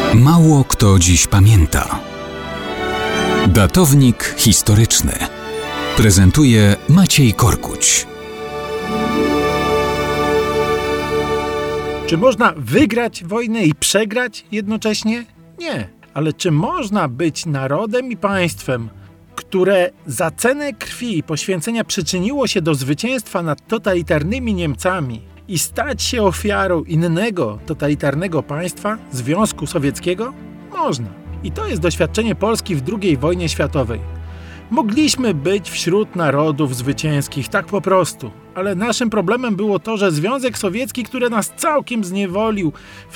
Mało kto dziś pamięta. Datownik historyczny prezentuje Maciej Korkuć. Czy można wygrać wojnę i przegrać jednocześnie? Nie. Ale czy można być narodem i państwem, które za cenę krwi i poświęcenia przyczyniło się do zwycięstwa nad totalitarnymi Niemcami i stać się ofiarą innego totalitarnego państwa, Związku Sowieckiego? Można. I to jest doświadczenie Polski w II wojnie światowej. Mogliśmy być wśród narodów zwycięskich, tak po prostu. Ale naszym problemem było to, że Związek Sowiecki, który nas całkiem zniewolił w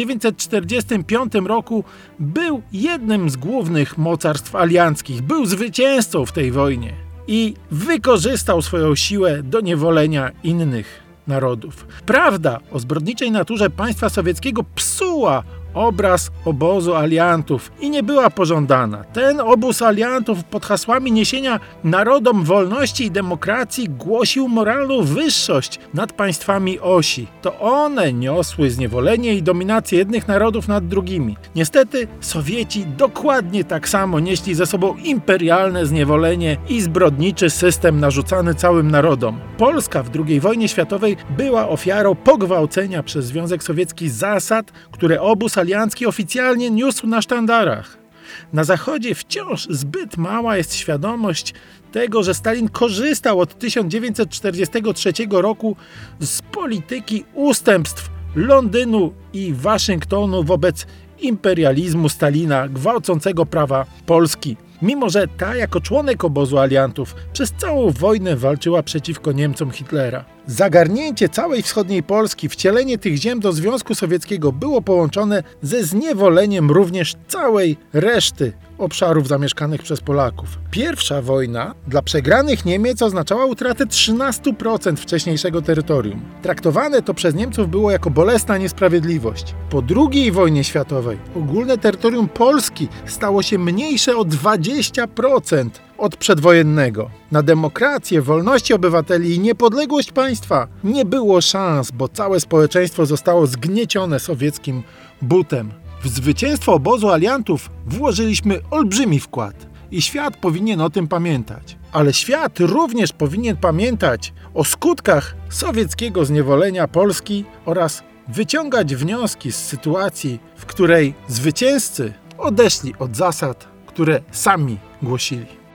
1945 roku, był jednym z głównych mocarstw alianckich, był zwycięzcą w tej wojnie i wykorzystał swoją siłę do niewolenia innych narodów. Prawda o zbrodniczej naturze państwa sowieckiego psuła obraz obozu aliantów i nie była pożądana. Ten obóz aliantów pod hasłami niesienia narodom wolności i demokracji głosił moralną wyższość nad państwami osi. To one niosły zniewolenie i dominację jednych narodów nad drugimi. Niestety Sowieci dokładnie tak samo nieśli ze sobą imperialne zniewolenie i zbrodniczy system narzucany całym narodom. Polska w II wojnie światowej była ofiarą pogwałcenia przez Związek Sowiecki zasad, które obóz aliancki oficjalnie niósł na sztandarach. Na Zachodzie wciąż zbyt mała jest świadomość tego, że Stalin korzystał od 1943 roku z polityki ustępstw Londynu i Waszyngtonu wobec imperializmu Stalina gwałcącego prawa Polski. Mimo że ta jako członek obozu aliantów przez całą wojnę walczyła przeciwko Niemcom Hitlera. Zagarnięcie całej wschodniej Polski, wcielenie tych ziem do Związku Sowieckiego było połączone ze zniewoleniem również całej reszty obszarów zamieszkanych przez Polaków. Pierwsza wojna dla przegranych Niemiec oznaczała utratę 13% wcześniejszego terytorium. Traktowane to przez Niemców było jako bolesna niesprawiedliwość. Po II wojnie światowej ogólne terytorium Polski stało się mniejsze o 20% od przedwojennego. Na demokrację, wolności obywateli i niepodległość państwa nie było szans, bo całe społeczeństwo zostało zgniecione sowieckim butem. W zwycięstwo obozu aliantów włożyliśmy olbrzymi wkład i świat powinien o tym pamiętać. Ale świat również powinien pamiętać o skutkach sowieckiego zniewolenia Polski oraz wyciągać wnioski z sytuacji, w której zwycięzcy odeszli od zasad, które sami głosili.